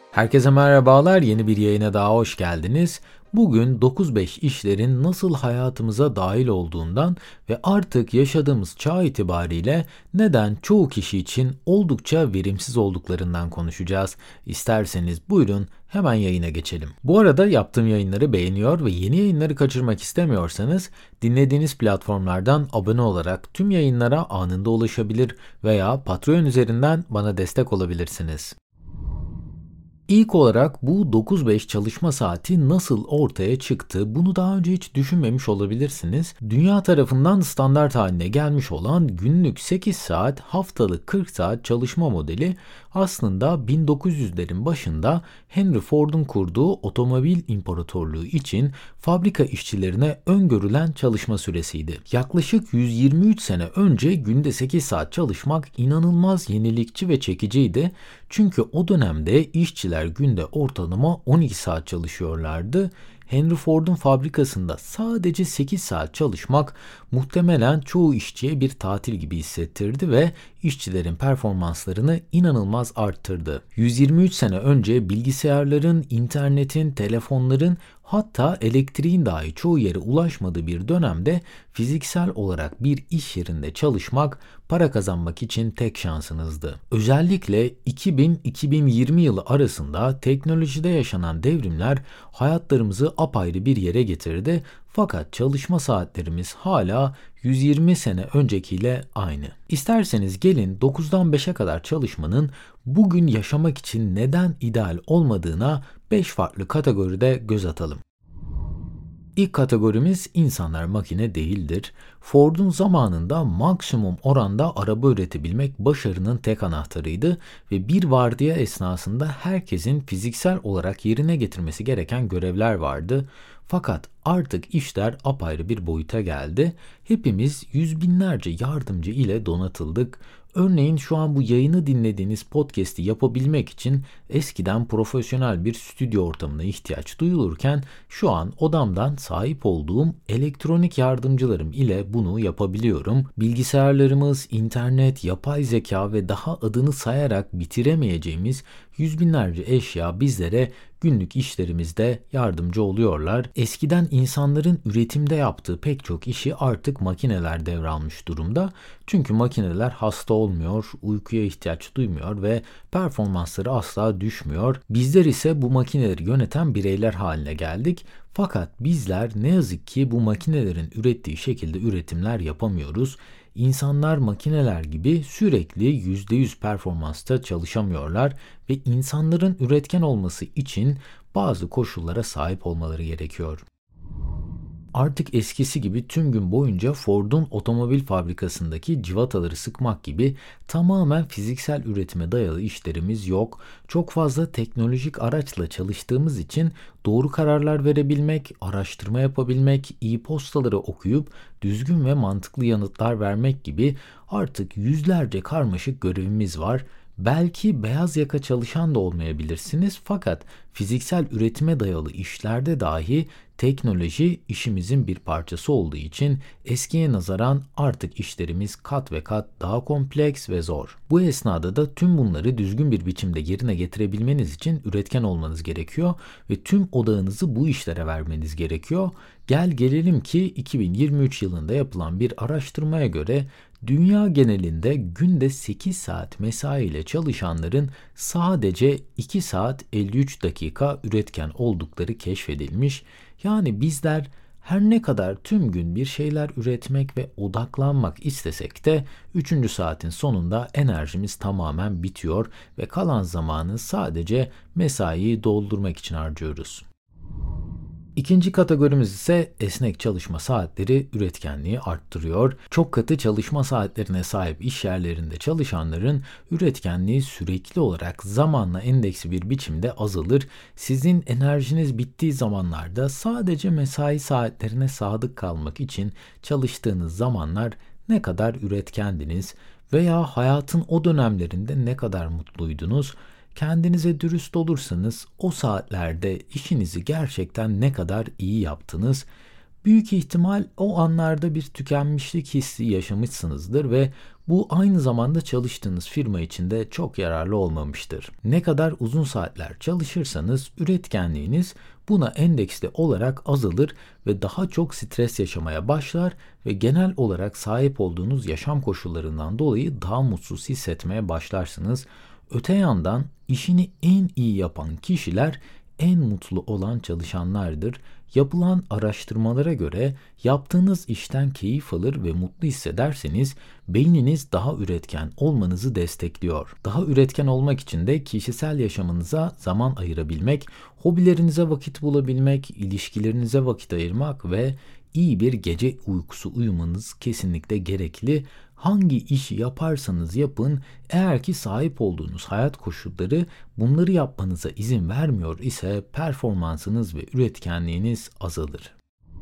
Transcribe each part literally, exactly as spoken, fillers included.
Herkese merhabalar, yeni bir yayına daha hoş geldiniz. Bugün dokuz beş işlerin nasıl hayatımıza dahil olduğundan ve artık yaşadığımız çağ itibariyle neden çoğu kişi için oldukça verimsiz olduklarından konuşacağız. İsterseniz buyurun hemen yayına geçelim. Bu arada yaptığım yayınları beğeniyor ve yeni yayınları kaçırmak istemiyorsanız dinlediğiniz platformlardan abone olarak tüm yayınlara anında ulaşabilir veya Patreon üzerinden bana destek olabilirsiniz. İlk olarak bu dokuz beş çalışma saati nasıl ortaya çıktı? Bunu daha önce hiç düşünmemiş olabilirsiniz. Dünya tarafından standart haline gelmiş olan günlük sekiz saat, haftalık kırk saat çalışma modeli aslında bin dokuz yüzlerin başında Henry Ford'un kurduğu otomobil imparatorluğu için fabrika işçilerine öngörülen çalışma süresiydi. Yaklaşık yüz yirmi üç sene önce günde sekiz saat çalışmak inanılmaz yenilikçi ve çekiciydi. Çünkü o dönemde işçiler günde ortalama on iki saat çalışıyorlardı. Henry Ford'un fabrikasında sadece sekiz saat çalışmak muhtemelen çoğu işçiye bir tatil gibi hissettirdi ve işçilerin performanslarını inanılmaz arttırdı. yüz yirmi üç sene önce bilgisayarların, internetin, telefonların, hatta elektriğin dahi çoğu yere ulaşmadığı bir dönemde fiziksel olarak bir iş yerinde çalışmak para kazanmak için tek şansınızdı. Özellikle iki bin iki bin yirmi yılı arasında teknolojide yaşanan devrimler hayatlarımızı apayrı bir yere getirdi. Fakat çalışma saatlerimiz hala yüz yirmi sene öncekiyle aynı. İsterseniz gelin dokuzdan beşe kadar çalışmanın bugün yaşamak için neden ideal olmadığına beş farklı kategoride göz atalım. İlk kategorimiz insanlar makine değildir. Ford'un zamanında maksimum oranda araba üretebilmek başarının tek anahtarıydı ve bir vardiya esnasında herkesin fiziksel olarak yerine getirmesi gereken görevler vardı. Fakat artık işler apayrı bir boyuta geldi. Hepimiz yüz binlerce yardımcı ile donatıldık. Örneğin şu an bu yayını dinlediğiniz podcast'i yapabilmek için eskiden profesyonel bir stüdyo ortamına ihtiyaç duyulurken şu an odamdan sahip olduğum elektronik yardımcılarım ile bunu yapabiliyorum. Bilgisayarlarımız, internet, yapay zeka ve daha adını sayarak bitiremeyeceğimiz yüz binlerce eşya bizlere günlük işlerimizde yardımcı oluyorlar. Eskiden insanların üretimde yaptığı pek çok işi artık makineler devralmış durumda. Çünkü makineler hasta olmuyor, uykuya ihtiyaç duymuyor ve performansları asla düşmüyor. Bizler ise bu makineleri yöneten bireyler haline geldik. Fakat bizler ne yazık ki bu makinelerin ürettiği şekilde üretimler yapamıyoruz. İnsanlar makineler gibi sürekli yüzde yüz performansta çalışamıyorlar ve insanların üretken olması için bazı koşullara sahip olmaları gerekiyor. Artık eskisi gibi tüm gün boyunca Ford'un otomobil fabrikasındaki civataları sıkmak gibi tamamen fiziksel üretime dayalı işlerimiz yok. Çok fazla teknolojik araçla çalıştığımız için doğru kararlar verebilmek, araştırma yapabilmek, e-postaları okuyup düzgün ve mantıklı yanıtlar vermek gibi artık yüzlerce karmaşık görevimiz var. Belki beyaz yaka çalışan da olmayabilirsiniz fakat fiziksel üretime dayalı işlerde dahi teknoloji işimizin bir parçası olduğu için eskiye nazaran artık işlerimiz kat ve kat daha kompleks ve zor. Bu esnada da tüm bunları düzgün bir biçimde yerine getirebilmeniz için üretken olmanız gerekiyor ve tüm odağınızı bu işlere vermeniz gerekiyor. Gel gelelim ki iki bin yirmi üç yılında yapılan bir araştırmaya göre dünya genelinde günde sekiz saat mesai ile çalışanların sadece iki saat elli üç dakika üretken oldukları keşfedilmiş. Yani bizler her ne kadar tüm gün bir şeyler üretmek ve odaklanmak istesek de üçüncü saatin sonunda enerjimiz tamamen bitiyor ve kalan zamanı sadece mesaiyi doldurmak için harcıyoruz. İkinci kategorimiz ise esnek çalışma saatleri üretkenliği arttırıyor. Çok katı çalışma saatlerine sahip iş yerlerinde çalışanların üretkenliği sürekli olarak zamanla endeksli bir biçimde azalır. Sizin enerjiniz bittiği zamanlarda sadece mesai saatlerine sadık kalmak için çalıştığınız zamanlar ne kadar üretkendiniz veya hayatın o dönemlerinde ne kadar mutluydunuz? Kendinize dürüst olursanız o saatlerde işinizi gerçekten ne kadar iyi yaptınız? Büyük ihtimal o anlarda bir tükenmişlik hissi yaşamışsınızdır ve Bu aynı zamanda çalıştığınız firma için de çok yararlı olmamıştır. Ne kadar uzun saatler çalışırsanız üretkenliğiniz buna endeksli olarak azalır ve daha çok stres yaşamaya başlar ve genel olarak sahip olduğunuz yaşam koşullarından dolayı daha mutsuz hissetmeye başlarsınız. Öte yandan işini en iyi yapan kişiler en mutlu olan çalışanlardır. Yapılan araştırmalara göre yaptığınız işten keyif alır ve mutlu hissederseniz beyniniz daha üretken olmanızı destekliyor. Daha üretken olmak için de kişisel yaşamınıza zaman ayırabilmek, hobilerinize vakit bulabilmek, ilişkilerinize vakit ayırmak ve iyi bir gece uykusu uyumanız kesinlikle gerekli. Hangi işi yaparsanız yapın, eğer ki sahip olduğunuz hayat koşulları bunları yapmanıza izin vermiyor ise performansınız ve üretkenliğiniz azalır.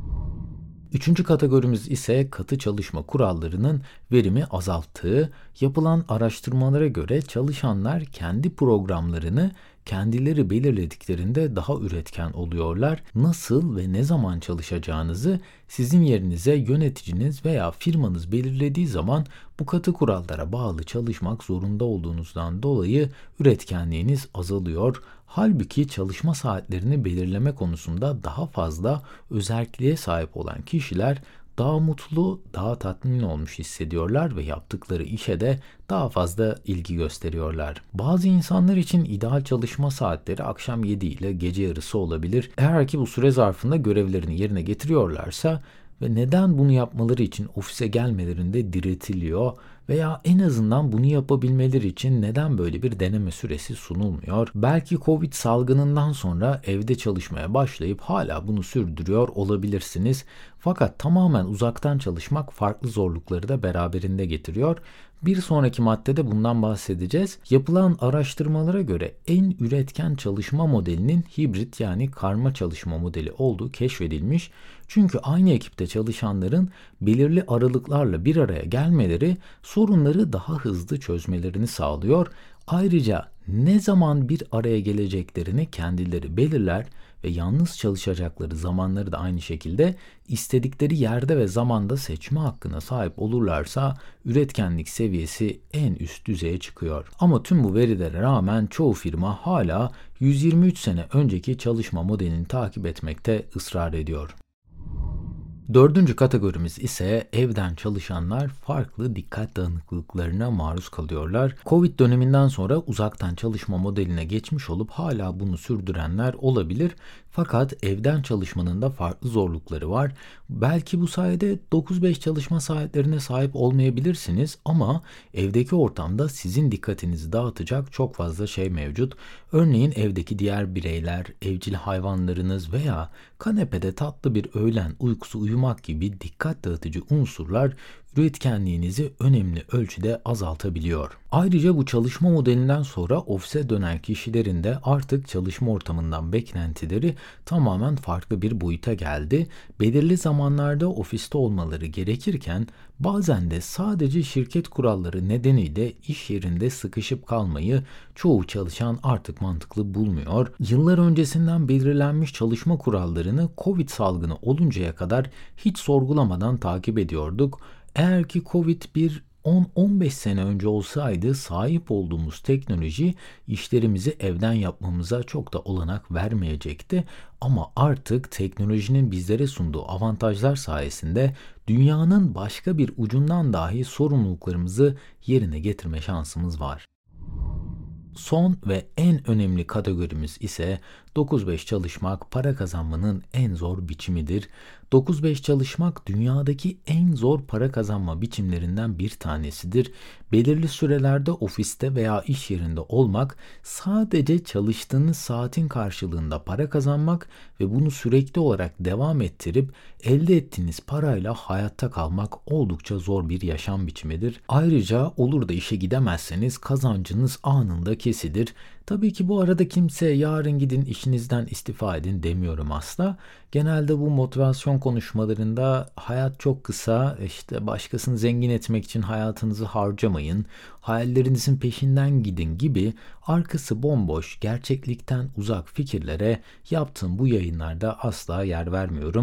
Üçüncü kategorimiz ise katı çalışma kurallarının verimi azalttığı. Yapılan araştırmalara göre çalışanlar kendi programlarını kendileri belirlediklerinde daha üretken oluyorlar. Nasıl ve ne zaman çalışacağınızı sizin yerinize yöneticiniz veya firmanız belirlediği zaman bu katı kurallara bağlı çalışmak zorunda olduğunuzdan dolayı üretkenliğiniz azalıyor. Halbuki çalışma saatlerini belirleme konusunda daha fazla özerkliğe sahip olan kişiler daha mutlu, daha tatmin olmuş hissediyorlar ve yaptıkları işe de daha fazla ilgi gösteriyorlar. Bazı insanlar için ideal çalışma saatleri akşam yedi ile gece yarısı olabilir. Eğer ki bu süre zarfında görevlerini yerine getiriyorlarsa ve neden bunu yapmaları için ofise gelmelerinde diretiliyor veya en azından bunu yapabilmeleri için neden böyle bir deneme süresi sunulmuyor? Belki Covid salgınından sonra evde çalışmaya başlayıp hala bunu sürdürüyor olabilirsiniz. Fakat tamamen uzaktan çalışmak farklı zorlukları da beraberinde getiriyor. Bir sonraki maddede bundan bahsedeceğiz. Yapılan araştırmalara göre en üretken çalışma modelinin hibrit yani karma çalışma modeli olduğu keşfedilmiş. Çünkü aynı ekipte çalışanların belirli aralıklarla bir araya gelmeleri sorunları daha hızlı çözmelerini sağlıyor. Ayrıca ne zaman bir araya geleceklerini kendileri belirler ve yalnız çalışacakları zamanları da aynı şekilde istedikleri yerde ve zamanda seçme hakkına sahip olurlarsa üretkenlik seviyesi en üst düzeye çıkıyor. Ama tüm bu verilere rağmen çoğu firma hala yüz yirmi üç sene önceki çalışma modelini takip etmekte ısrar ediyor. Dördüncü kategorimiz ise evden çalışanlar farklı dikkat dağınıklıklarına maruz kalıyorlar. Covid döneminden sonra uzaktan çalışma modeline geçmiş olup hala bunu sürdürenler olabilir. Fakat evden çalışmanın da farklı zorlukları var. Belki bu sayede dokuz beş çalışma saatlerine sahip olmayabilirsiniz ama evdeki ortamda sizin dikkatinizi dağıtacak çok fazla şey mevcut. Örneğin evdeki diğer bireyler, evcil hayvanlarınız veya kanepede tatlı bir öğlen uykusu uyumak gibi dikkat dağıtıcı unsurlar üretkenliğinizi önemli ölçüde azaltabiliyor. Ayrıca bu çalışma modelinden sonra ofise dönen kişilerin de artık çalışma ortamından beklentileri tamamen farklı bir boyuta geldi. Belirli zamanlarda ofiste olmaları gerekirken bazen de sadece şirket kuralları nedeniyle iş yerinde sıkışıp kalmayı çoğu çalışan artık mantıklı bulmuyor. Yıllar öncesinden belirlenmiş çalışma kurallarını Covid salgını oluncaya kadar hiç sorgulamadan takip ediyorduk. Eğer ki Covid bir on on beş sene önce olsaydı sahip olduğumuz teknoloji işlerimizi evden yapmamıza çok da olanak vermeyecekti. Ama artık teknolojinin bizlere sunduğu avantajlar sayesinde dünyanın başka bir ucundan dahi sorumluluklarımızı yerine getirme şansımız var. Son ve en önemli kategorimiz ise dokuz beş çalışmak para kazanmanın en zor biçimidir. dokuz beş çalışmak dünyadaki en zor para kazanma biçimlerinden bir tanesidir. Belirli sürelerde ofiste veya iş yerinde olmak, sadece çalıştığınız saatin karşılığında para kazanmak ve bunu sürekli olarak devam ettirip elde ettiğiniz parayla hayatta kalmak oldukça zor bir yaşam biçimidir. Ayrıca olur da işe gidemezseniz kazancınız anında kesilir. Tabii ki bu arada kimse yarın gidin işinizden istifa edin demiyorum asla. Genelde bu motivasyon konuşmalarında hayat çok kısa, işte başkasını zengin etmek için hayatınızı harcamayın, hayallerinizin peşinden gidin gibi arkası bomboş, gerçeklikten uzak fikirlere yaptığım bu yayınlarda asla yer vermiyorum.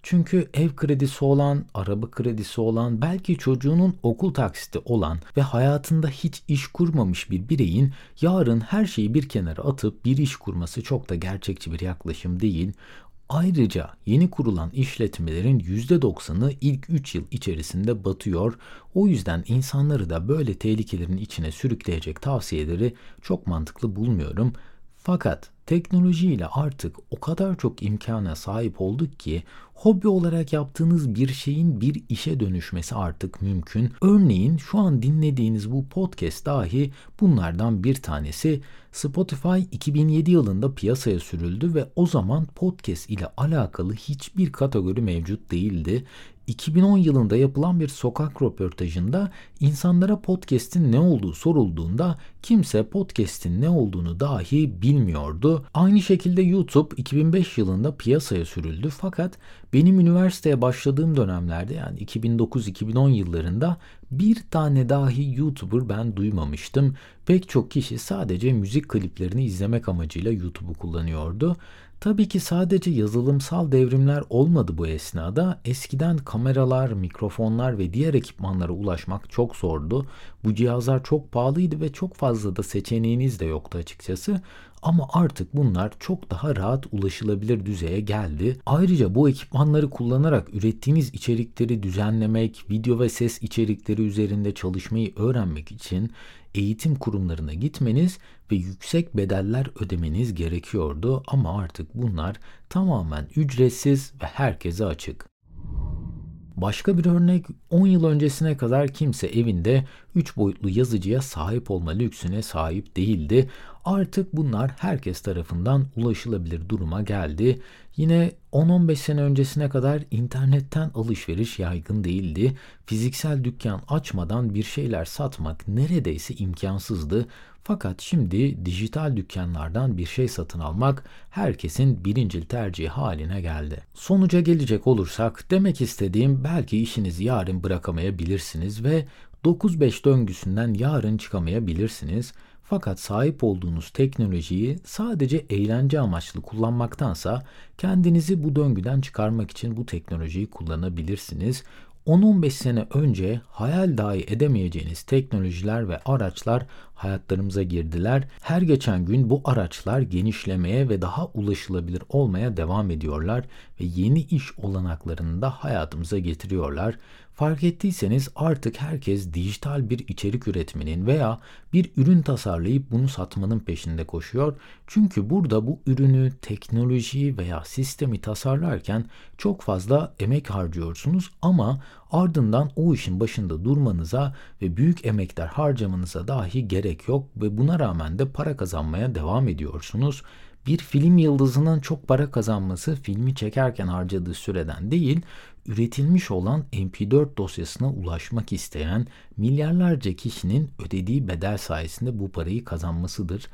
Çünkü ev kredisi olan, araba kredisi olan, belki çocuğunun okul taksiti olan ve hayatında hiç iş kurmamış bir bireyin yarın her şeyi bir kenara atıp bir iş kurması çok da gerçekçi bir yaklaşım değil. Ayrıca yeni kurulan işletmelerin yüzde doksanı ilk üç yıl içerisinde batıyor. O yüzden insanları da böyle tehlikelerin içine sürükleyecek tavsiyeleri çok mantıklı bulmuyorum. Fakat teknolojiyle artık o kadar çok imkana sahip olduk ki hobi olarak yaptığınız bir şeyin bir işe dönüşmesi artık mümkün. Örneğin şu an dinlediğiniz bu podcast dahi bunlardan bir tanesi. Spotify iki bin yedi yılında piyasaya sürüldü ve o zaman podcast ile alakalı hiçbir kategori mevcut değildi. iki bin on yılında yapılan bir sokak röportajında insanlara podcast'in ne olduğu sorulduğunda kimse podcast'in ne olduğunu dahi bilmiyordu. Aynı şekilde YouTube iki bin beş yılında piyasaya sürüldü fakat benim üniversiteye başladığım dönemlerde, yani iki bin dokuz iki bin on yıllarında bir tane dahi YouTuber ben duymamıştım. Pek çok kişi sadece müzik kliplerini izlemek amacıyla YouTube'u kullanıyordu. Tabii ki sadece yazılımsal devrimler olmadı bu esnada. Eskiden kameralar, mikrofonlar ve diğer ekipmanlara ulaşmak çok zordu. Bu cihazlar çok pahalıydı ve çok fazla da seçeneğiniz de yoktu açıkçası. Ama artık bunlar çok daha rahat ulaşılabilir düzeye geldi. Ayrıca bu ekipmanları kullanarak ürettiğiniz içerikleri düzenlemek, video ve ses içerikleri üzerinde çalışmayı öğrenmek için eğitim kurumlarına gitmeniz ve yüksek bedeller ödemeniz gerekiyordu. Ama artık bunlar tamamen ücretsiz ve herkese açık. Başka bir örnek, on yıl öncesine kadar kimse evinde üç boyutlu yazıcıya sahip olma lüksüne sahip değildi. Artık bunlar herkes tarafından ulaşılabilir duruma geldi. Yine on on beş sene öncesine kadar internetten alışveriş yaygın değildi. Fiziksel dükkan açmadan bir şeyler satmak neredeyse imkansızdı. Fakat şimdi dijital dükkanlardan bir şey satın almak herkesin birincil tercihi haline geldi. Sonuca gelecek olursak, demek istediğim, belki işinizi yarın bırakamayabilirsiniz ve dokuz beş döngüsünden yarın çıkamayabilirsiniz. Fakat sahip olduğunuz teknolojiyi sadece eğlence amaçlı kullanmaktansa kendinizi bu döngüden çıkarmak için bu teknolojiyi kullanabilirsiniz. on on beş sene önce hayal dahi edemeyeceğiniz teknolojiler ve araçlar hayatlarımıza girdiler. Her geçen gün bu araçlar genişlemeye ve daha ulaşılabilir olmaya devam ediyorlar ve yeni iş olanaklarını da hayatımıza getiriyorlar. Fark ettiyseniz artık herkes dijital bir içerik üretmenin veya bir ürün tasarlayıp bunu satmanın peşinde koşuyor. Çünkü burada bu ürünü, teknolojiyi veya sistemi tasarlarken çok fazla emek harcıyorsunuz ama ardından o işin başında durmanıza ve büyük emekler harcamanıza dahi gerek yok ve buna rağmen de para kazanmaya devam ediyorsunuz. Bir film yıldızının çok para kazanması filmi çekerken harcadığı süreden değil, üretilmiş olan M P dört dosyasına ulaşmak isteyen milyarlarca kişinin ödediği bedel sayesinde bu parayı kazanmasıdır.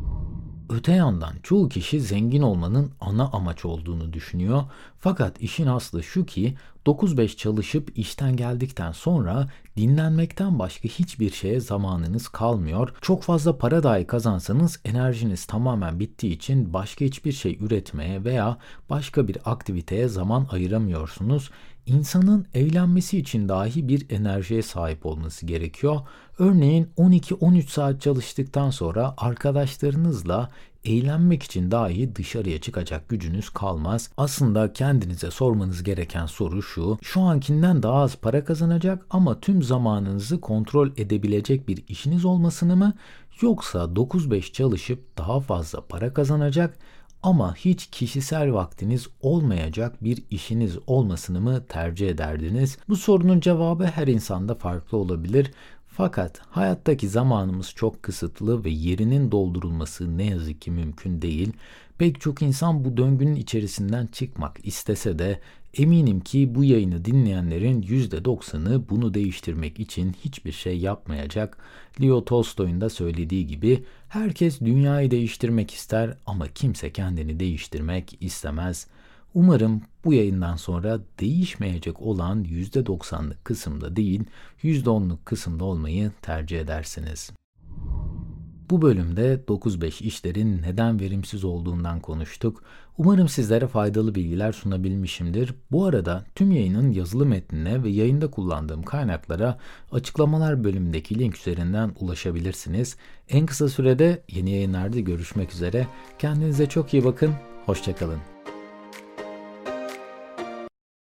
Öte yandan çoğu kişi zengin olmanın ana amaç olduğunu düşünüyor. Fakat işin aslı şu ki dokuz beş çalışıp işten geldikten sonra dinlenmekten başka hiçbir şeye zamanınız kalmıyor. Çok fazla para dahi kazansanız enerjiniz tamamen bittiği için başka hiçbir şey üretmeye veya başka bir aktiviteye zaman ayıramıyorsunuz. İnsanın eğlenmesi için dahi bir enerjiye sahip olması gerekiyor. Örneğin on iki on üç saat çalıştıktan sonra arkadaşlarınızla eğlenmek için dahi dışarıya çıkacak gücünüz kalmaz. Aslında kendinize sormanız gereken soru şu: şu ankinden daha az para kazanacak ama tüm zamanınızı kontrol edebilecek bir işiniz olmasını mı, yoksa dokuz beş çalışıp daha fazla para kazanacak ama hiç kişisel vaktiniz olmayacak bir işiniz olmasını mı tercih ederdiniz? Bu sorunun cevabı her insanda farklı olabilir. Fakat hayattaki zamanımız çok kısıtlı ve yerinin doldurulması ne yazık ki mümkün değil. Pek çok insan bu döngünün içerisinden çıkmak istese de eminim ki bu yayını dinleyenlerin yüzde doksanı bunu değiştirmek için hiçbir şey yapmayacak. Leo Tolstoy'un da söylediği gibi herkes dünyayı değiştirmek ister ama kimse kendini değiştirmek istemez. Umarım bu yayından sonra değişmeyecek olan yüzde doksanlık kısımda değil, yüzde onluk kısımda olmayı tercih edersiniz. Bu bölümde dokuz beş işlerin neden verimsiz olduğundan konuştuk. Umarım sizlere faydalı bilgiler sunabilmişimdir. Bu arada tüm yayının yazılı metnine ve yayında kullandığım kaynaklara açıklamalar bölümündeki link üzerinden ulaşabilirsiniz. En kısa sürede yeni yayınlarda görüşmek üzere. Kendinize çok iyi bakın. Hoşça kalın.